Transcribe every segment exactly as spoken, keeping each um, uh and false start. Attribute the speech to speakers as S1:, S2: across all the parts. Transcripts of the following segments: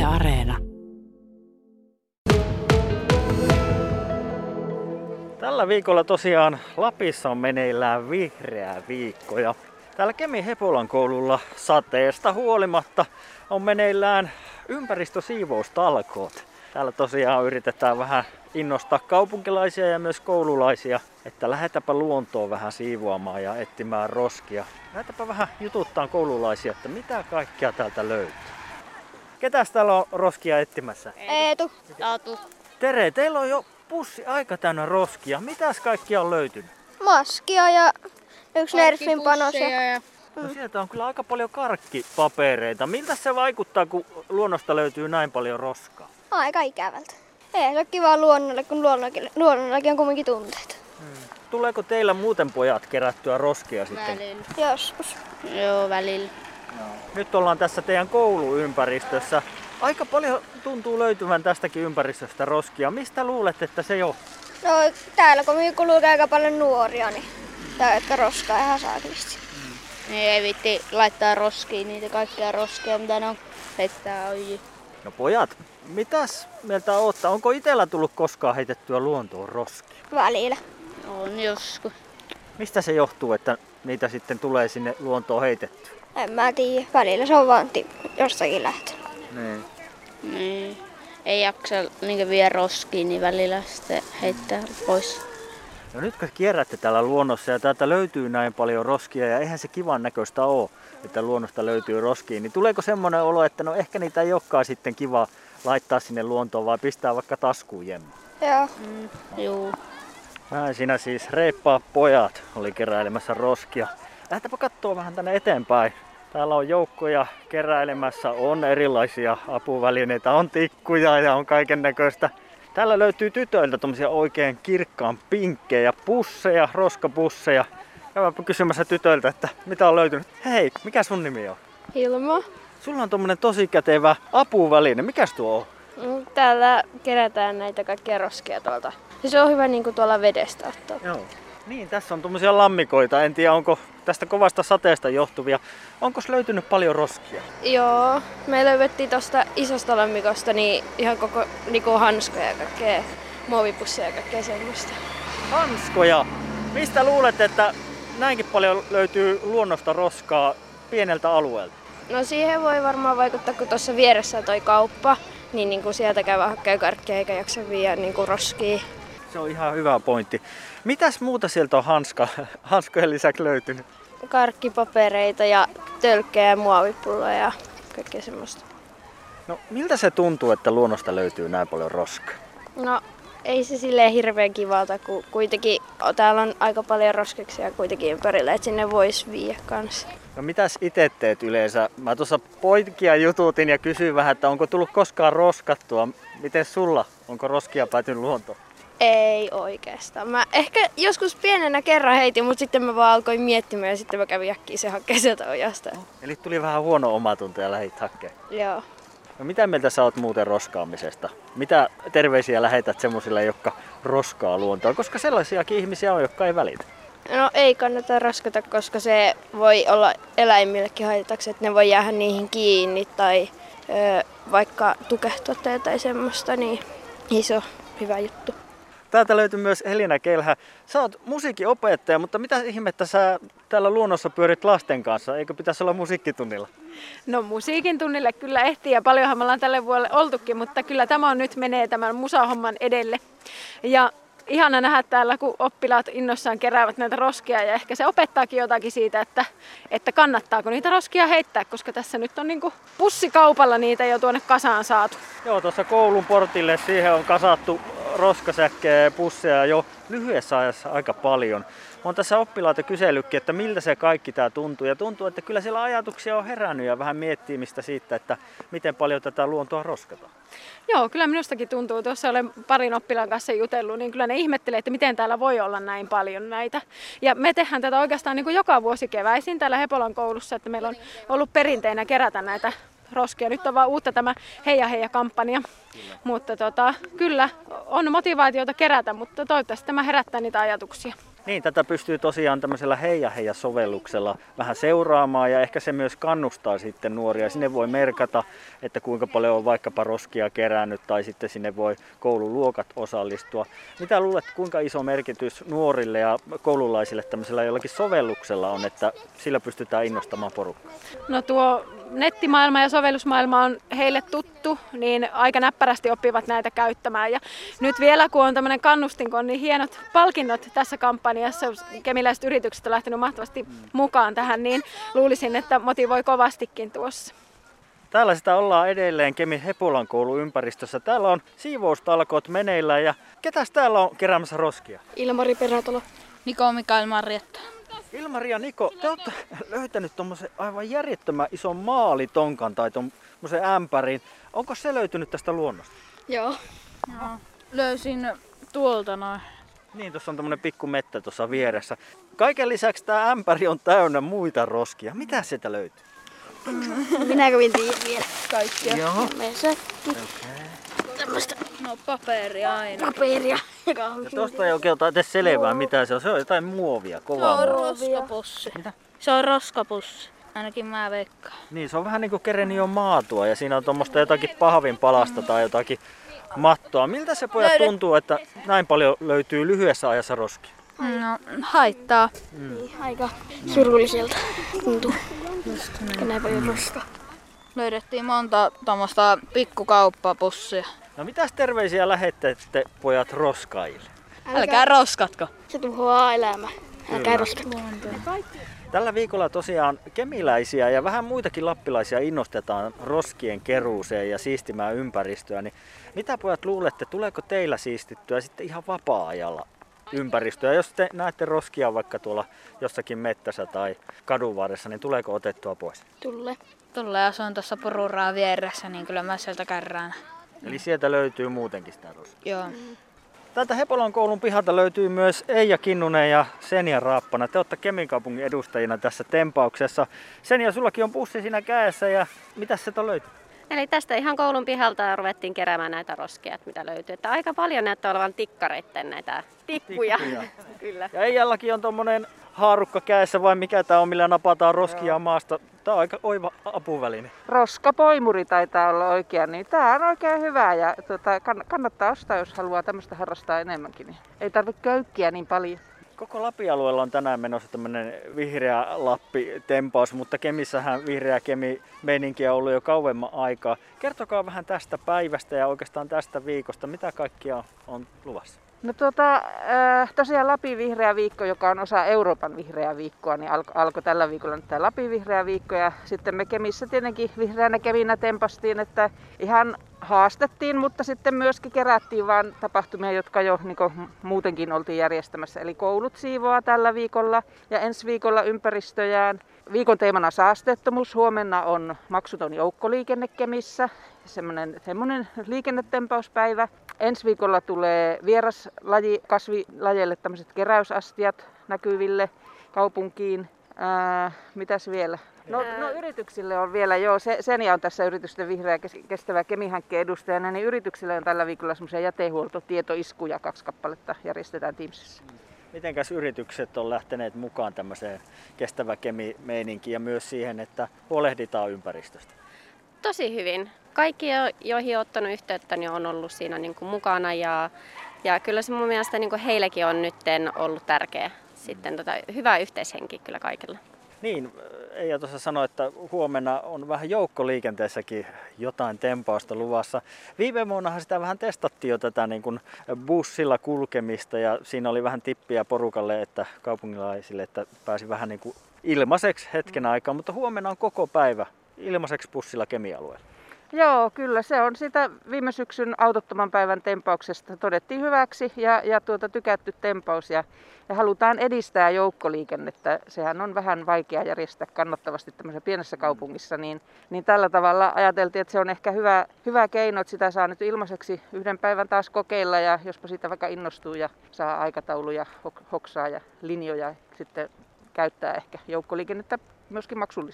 S1: Areena.
S2: Tällä viikolla tosiaan Lapissa on meneillään vihreä viikko ja täällä Kemin Hepolan koululla sateesta huolimatta on meneillään ympäristösiivoustalkoot. Täällä tosiaan yritetään vähän innostaa kaupunkilaisia ja myös koululaisia, että lähdetäpä luontoon vähän siivoamaan ja etsimään roskia. Lähdetäpä vähän jututtaa koululaisia, että mitä kaikkea täältä löytyy. Ketäs täällä on roskia etsimässä?
S3: Eetu. Taatu.
S2: Tere, teillä on jo pussi aika täynnä roskia. Mitäs kaikkia on löytynyt?
S3: Maskia ja yksi Nerfin panos.
S4: Ja...
S2: No sieltä on kyllä aika paljon karkkipapereita. Miltä se vaikuttaa, kun luonnosta löytyy näin paljon roskaa?
S3: Aika ikävältä. Ei se ole kivaa luonnolle, kun luonnollakin, luonnollakin on kumminkin tunteita.
S2: Hmm. Tuleeko teillä muuten pojat kerättyä roskia sitten?
S4: Välillä.
S3: Joskus.
S4: Joo, välillä.
S2: No. Nyt ollaan tässä teidän kouluympäristössä. Aika paljon tuntuu löytyvän tästäkin ympäristöstä roskia. Mistä luulet, että se johtuu?
S3: No täällä kun kulkee aika paljon nuoria, niin tää jotka roskaa ihan saakelisti.
S4: Mm. Ei viitti laittaa roskiin niitä kaikkia roskia, mitä ne on heittää ojiin.
S2: No pojat, mitäs mieltä ootte? Onko itsellä tullut koskaan heitettyä luontoon roskia?
S3: Välillä.
S4: On joskus.
S2: Mistä se johtuu, että niitä sitten tulee sinne luontoon heitettyä?
S3: En mä tiedä. Välillä se on vaan jostakin lähtenyt.
S2: Niin.
S4: Niin. Ei jaksa niin vie roskiin, niin välillä sitten heittää pois.
S2: No nyt kun kierrätte täällä luonnossa ja täältä löytyy näin paljon roskia ja eihän se kivan näköistä ole, että luonnosta löytyy roskia, niin tuleeko semmoinen olo, että no ehkä niitä ei olekaan sitten kiva laittaa sinne luontoon, vai pistää vaikka taskuun jemma?
S3: Joo.
S4: Mm, juu.
S2: Näin siinä siis reippaa pojat oli keräilemässä roskia. Lähdetäänpä kattoo vähän tänne eteenpäin. Täällä on joukkoja keräilemässä, on erilaisia apuvälineitä, on tikkuja ja on kaiken näköistä. Täällä löytyy tytöiltä tommosia oikein kirkkaan pinkkejä pusseja, roskapusseja. Käydäänpä kysymässä tytöiltä, että mitä on löytynyt. Hei, mikä sun nimi on?
S5: Hilma.
S2: Sulla on tommonen tosi kätevä apuväline. Mikäs tuo on?
S5: Täällä kerätään näitä kaikkia roskia tuolta. Ja se on hyvä niin kuin tuolla vedestä ottaa.
S2: Joo. Niin, tässä on tommosia lammikoita. En tiedä, onko tästä kovasta sateesta johtuvia. Onko löytynyt paljon roskia?
S5: Joo, me löydettiin tuosta isosta lammikosta niin ihan koko niin kuin hanskoja ja kaikkea, muovipusseja ja kaikkea semmoista.
S2: Hanskoja! Mistä luulet, että näinkin paljon löytyy luonnosta roskaa pieneltä alueelta?
S5: No siihen voi varmaan vaikuttaa, kun tuossa vieressä on toi kauppa, niin, niin kuin sieltä käy vähän hakea karkkia eikä jaksa viedä niin kuin roskia.
S2: Se on ihan hyvä pointti. Mitäs muuta sieltä on hanska, hanskojen lisäksi löytynyt?
S5: Karkkipapereita ja tölkkejä ja muovipulloja ja kaikkea semmoista.
S2: No miltä se tuntuu, että luonnosta löytyy näin paljon roskaa?
S5: No ei se silleen hirveän kivalta, kun kuitenkin täällä on aika paljon roskeksia kuitenkin ympärillä, että sinne voisi viiä kanssa.
S2: No mitäs itse teet yleensä? Mä tuossa poikia jututin ja kysyin vähän, että onko tullut koskaan roskattua. Miten sulla? Onko roskia päätynyt luontoon?
S5: Ei oikeastaan. Mä ehkä joskus pienenä kerran heitin, mutta sitten mä vaan alkoin miettimään ja sitten mä kävin äkkiä se hakkeen sieltä ojasta.
S2: Eli tuli vähän huono omatunto ja lähit hakkeen.
S5: Joo.
S2: No mitä mieltä sä oot muuten roskaamisesta? Mitä terveisiä lähetät semmosille, jotka roskaa luontoa? Koska sellaisiakin ihmisiä on, jotka ei välitä.
S5: No ei kannata raskata, koska se voi olla eläimillekin haitaksi, että ne voi jäädä niihin kiinni tai ö, vaikka tukehtua tai jotain semmoista, niin iso hyvä juttu.
S2: Täältä löytyy myös Elina Kelhä. Sä oot musiikinopettaja, mutta mitä ihmettä sä täällä luonnossa pyörit lasten kanssa? Eikö pitäisi olla musiikkitunnilla?
S6: No musiikin tunnille kyllä ehtii ja paljonhan me ollaan tälle vuodelle oltukin, mutta kyllä tämä on nyt menee tämän musahomman edelle. Ja ihana nähdä täällä, kun oppilaat innossaan keräävät näitä roskia ja ehkä se opettaakin jotakin siitä, että, että kannattaako niitä roskia heittää, koska tässä nyt on niin kuin pussikaupalla niitä jo tuonne kasaan saatu.
S2: Joo, tuossa koulun portille siihen on kasattu roskasäkkejä ja pusseja jo lyhyessä ajassa aika paljon. Olen tässä oppilaita kysellytkin, että miltä se kaikki tämä tuntuu. Ja tuntuu, että kyllä siellä ajatuksia on herännyt ja vähän miettimistä siitä, että miten paljon tätä luontoa roskataan.
S6: Joo, kyllä minustakin tuntuu. Tuossa olen parin oppilaan kanssa jutellut, niin kyllä ne ihmettelee, että miten täällä voi olla näin paljon näitä. Ja me tehdään tätä oikeastaan niin kuin joka vuosi keväisin täällä Hepolan koulussa, että meillä on ollut perinteinä kerätä näitä roskia. Nyt on vaan uutta tämä Heija Heija-kampanja. Kyllä. Mutta tota, kyllä on motivaatiota kerätä, mutta toivottavasti tämä herättää niitä ajatuksia.
S2: Niin, tätä pystyy tosiaan tämmöisellä heija heija sovelluksella vähän seuraamaan ja ehkä se myös kannustaa sitten nuoria. Sinne voi merkata, että kuinka paljon on vaikkapa roskia kerännyt tai sitten sinne voi koululuokat osallistua. Mitä luulet, kuinka iso merkitys nuorille ja koululaisille tämmöisellä jollakin sovelluksella on, että sillä pystytään innostamaan porukkaa?
S6: No tuo nettimaailma ja sovellusmaailma on heille tuttu, niin aika näppärästi oppivat näitä käyttämään. Ja nyt vielä kun on tämmöinen kannustin, kun on niin hienot palkinnot tässä kampanjassa, kemiläiset yritykset on lähtenyt mahtavasti mukaan tähän, niin luulisin, että motivoi kovastikin tuossa.
S2: Täällä sitä ollaan edelleen Kemin Hepolan koulun ympäristössä. Täällä on siivoustalkoot meneillään ja ketäs täällä on keräämässä roskia?
S3: Ilmari Perätalo.
S4: Niko Mikael Marjatta.
S2: Ilmari ja Niko, te olette löytänyt tommosen aivan järjettömän ison maalitonkan tai tommosen ämpärin. Onko se löytynyt tästä luonnosta?
S3: Joo.
S4: Joo. Löysin tuolta noin.
S2: Niin, tuossa on tommonen pikku mettä tuossa vieressä. Kaiken lisäksi tää ämpäri on täynnä muita roskia. Mitä sieltä löytyy?
S3: Minä kävin tiedä vielä.
S4: Kaikkia.
S2: Joo.
S3: Mesäkki.
S2: Okay.
S3: Tämmöstä
S4: No paperia aina.
S3: paperia. Joka on
S2: Ja tosta ei oikein ota edes selvää mitä se on. Se on jotain muovia,
S4: Se
S2: kovaa
S4: on
S2: muovia.
S4: roskapussi.
S2: Mitä?
S4: Se on roskapussi. Ainakin mä veikkaan.
S2: Niin, se on vähän niinku kereni jo maatua ja siinä on tuommoista jotakin pahvin palasta tai jotakin mattoa. Miltä se pojat tuntuu, että näin paljon löytyy lyhyessä ajassa roskia?
S4: No, haittaa.
S3: niin, aika surulliselta tuntuu. Kun näin paljon roskaa.
S4: Löydettiin monta tommosta pikkukauppapussia.
S2: No mitäs terveisiä lähettätte pojat roskaille?
S4: Älkää roskatko.
S3: Se tuhoaa elämää. Älkää roskatko.
S2: Tällä viikolla tosiaan kemiläisiä ja vähän muitakin lappilaisia innostetaan roskien keruuseen ja siistimään ympäristöä. Niin mitä pojat luulette, tuleeko teillä siistittyä sitten ihan vapaa-ajalla ympäristöä? Jos te näette roskia vaikka tuolla jossakin mettässä tai kadunvarressa, niin tuleeko otettua pois?
S3: Tulle.
S4: Tulee asun tuossa Poruraa vieressä, niin kyllä mä sieltä kärrään.
S2: Eli sieltä löytyy muutenkin sitä roskia.
S4: Joo.
S2: Täältä Hepolan koulun pihalta löytyy myös Eija Kinnunen ja Senja Raappana. Te olette Kemin kaupungin edustajina tässä tempauksessa. Senja, sullakin on pussi siinä kädessä ja mitä se on löytynyt?
S1: Eli tästä ihan koulun pihalta ruvettiin keräämään näitä roskia, mitä löytyy. Että aika paljon näyttää olevan tikkareitten näitä tikkuja.
S2: Tikkuja.
S1: Kyllä.
S2: Ja Eijallakin on tommonen haarukka kädessä vai mikä tää on, millä napataan roskia maasta. Tää on aika oiva apuväline.
S7: Roskapoimuri taitaa olla oikea, niin tää on oikein hyvä ja tuota, kannattaa ostaa, jos haluaa tämmöistä harrastaa enemmänkin. Niin ei tarvitse köykkiä niin paljon.
S2: Koko Lapin alueella on tänään menossa tämmönen vihreä Lappi-tempaus, mutta Kemissähän vihreä Kemi-meininki on ollut jo kauemman aikaa. Kertokaa vähän tästä päivästä ja oikeastaan tästä viikosta, mitä kaikkia on luvassa?
S7: No tuota, äh, tosiaan Lapin vihreä viikko, joka on osa Euroopan vihreää viikkoa, niin alko, alkoi tällä viikolla nyt tämä Lapin vihreä viikko. Ja sitten me Kemissä tietenkin vihreänä Keminä tempastiin, että ihan haastettiin, mutta sitten myöskin kerättiin vaan tapahtumia, jotka jo niin kuin muutenkin oltiin järjestämässä. Eli koulut siivoaa tällä viikolla ja ensi viikolla ympäristöjään. Viikon teemana saasteettomuus. Huomenna on maksuton joukkoliikenne Kemissä. Semmoinen, semmoinen liikennetempauspäivä. Ensi viikolla tulee vieraslaji, kasvilajeille tämmöiset keräysastiat näkyville kaupunkiin. Ää, mitäs vielä? No, no yrityksille on vielä, joo, se, Senja on tässä yritysten vihreä kestävä Kemi-hankkeen edustajana, niin yrityksille on tällä viikolla semmoisia jätehuoltotietoiskuja, kaksi kappaletta järjestetään Teamsissa.
S2: Mitenkäs yritykset on lähteneet mukaan tämmöiseen kestävä Kemi-meininkiin ja myös siihen, että huolehditaan ympäristöstä?
S1: Tosi hyvin. Kaikki, joihin on ottanut yhteyttä, niin on ollut siinä niin kuin mukana ja, ja kyllä se mun mielestä niin kuin heillekin on nyt ollut tärkeä. Sitten tota, hyvä yhteishenki kyllä kaikilla.
S2: Niin, Eija tuossa sanoi, että huomenna on vähän joukkoliikenteessäkin jotain tempausta luvassa. Viime vuonnahan sitä vähän testattiin jo tätä niin kuin bussilla kulkemista ja siinä oli vähän tippiä porukalle, että kaupungilaisille, että pääsi vähän niin kuin ilmaiseksi hetken aikaa, mutta huomenna on koko päivä ilmaiseksi bussilla Kemi-alueella.
S7: Joo, kyllä se on sitä viime syksyn autottoman päivän tempauksesta todettiin hyväksi ja, ja tuota, tykätty tempaus ja, ja halutaan edistää joukkoliikennettä. Sehän on vähän vaikea järjestää kannattavasti tämmöisessä pienessä kaupungissa, niin, niin tällä tavalla ajateltiin, että se on ehkä hyvä, hyvä keino, että sitä saa nyt ilmaiseksi yhden päivän taas kokeilla ja jospa siitä vaikka innostuu ja saa aikatauluja, hoksaa ja linjoja sitten käyttää ehkä joukkoliikennettä myöskin maksullisena.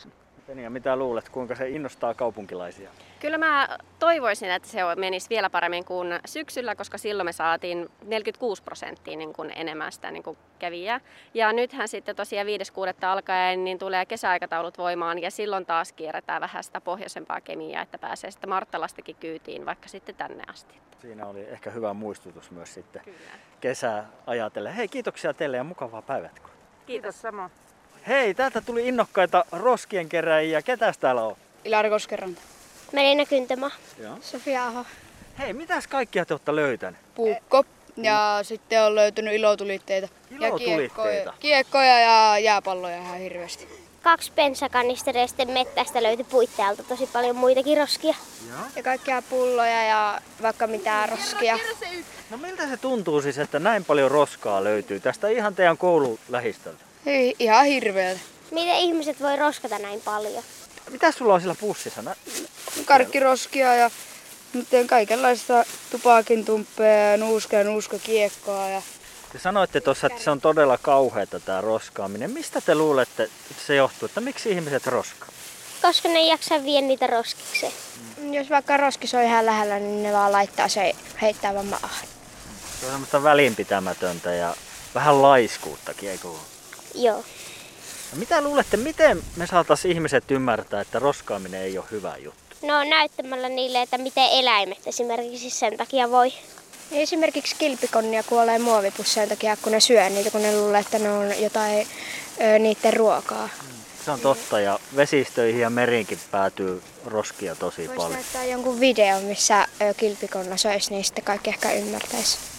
S2: Penja, mitä luulet, kuinka se innostaa kaupunkilaisia?
S1: Kyllä mä toivoisin, että se menisi vielä paremmin kuin syksyllä, koska silloin me saatiin neljäkymmentäkuusi prosenttia niin kuin enemmän sitä niin kuin kävijää. Ja nythän sitten tosiaan viides kuudetta alkaen niin tulee kesäaikataulut voimaan ja silloin taas kierretään vähän sitä pohjoisempaa Kemiä, että pääsee sitten Marttalastakin kyytiin vaikka sitten tänne asti.
S2: Siinä oli ehkä hyvä muistutus myös sitten
S1: Kyllä.
S2: kesää ajatellen. Hei, kiitoksia teille ja mukavaa päivänjatkoa.
S1: Kiitos.
S7: Samoin.
S2: Hei, täältä tuli innokkaita roskien keräjiä. Ketäs täällä on?
S8: Ilari Koskenranta.
S3: Melina Kyntämaa.
S2: Joo.
S3: Sofia Aho.
S2: Hei, mitäs kaikkia te olette löytäneet?
S8: Puukko. Ja sitten on löytynyt ilotulitteita. Ja
S2: Ilotulitteita?
S8: kiekkoja, kiekkoja ja jääpalloja ihan hirveästi.
S3: Kaksi bensakanisteria ja sitten mettästä löytyi puittealta tosi paljon muitakin roskia.
S2: Joo.
S5: Ja kaikkia pulloja ja vaikka mitään roskia.
S2: No miltä se tuntuu siis, että näin paljon roskaa löytyy tästä ihan teidän koulun lähistöltä?
S8: Ei, ihan hirveältä.
S3: Miten ihmiset voi roskata näin paljon?
S2: Mitä sulla on sillä pussissa? Nä-
S8: Karkkiroskia ja miten kaikenlaista tupakin tumppeja ja nuuska ja nuuskakiekkoa. Ja
S2: Te sanoitte tuossa, että se on todella kauheata tämä roskaaminen. Mistä te luulette, että se johtuu? Että miksi ihmiset roskaa?
S3: Koska ne ei jaksa viedä niitä roskikseen.
S5: Jos vaikka roskis on ihan lähellä, niin ne vaan laittaa se heittää vaan maahan.
S2: Se on semmoista välinpitämätöntä ja vähän laiskuuttakin, eikö ole?
S3: Joo.
S2: Ja mitä luulette, miten me saataisiin ihmiset ymmärtää, että roskaaminen ei ole hyvä juttu?
S3: No näyttämällä niille, että miten eläimet esimerkiksi sen takia voi.
S5: Esimerkiksi kilpikonnia kuolee muovipussien takia, kun ne syö niitä, kun ne luulee, että ne on jotain ö, niiden ruokaa.
S2: Se on totta ja vesistöihin ja meriinkin päätyy roskia tosi
S5: Voisi
S2: paljon.
S5: näyttää jonkun videon, missä ö, kilpikonna söisi, niin sitten kaikki ehkä ymmärtäisi.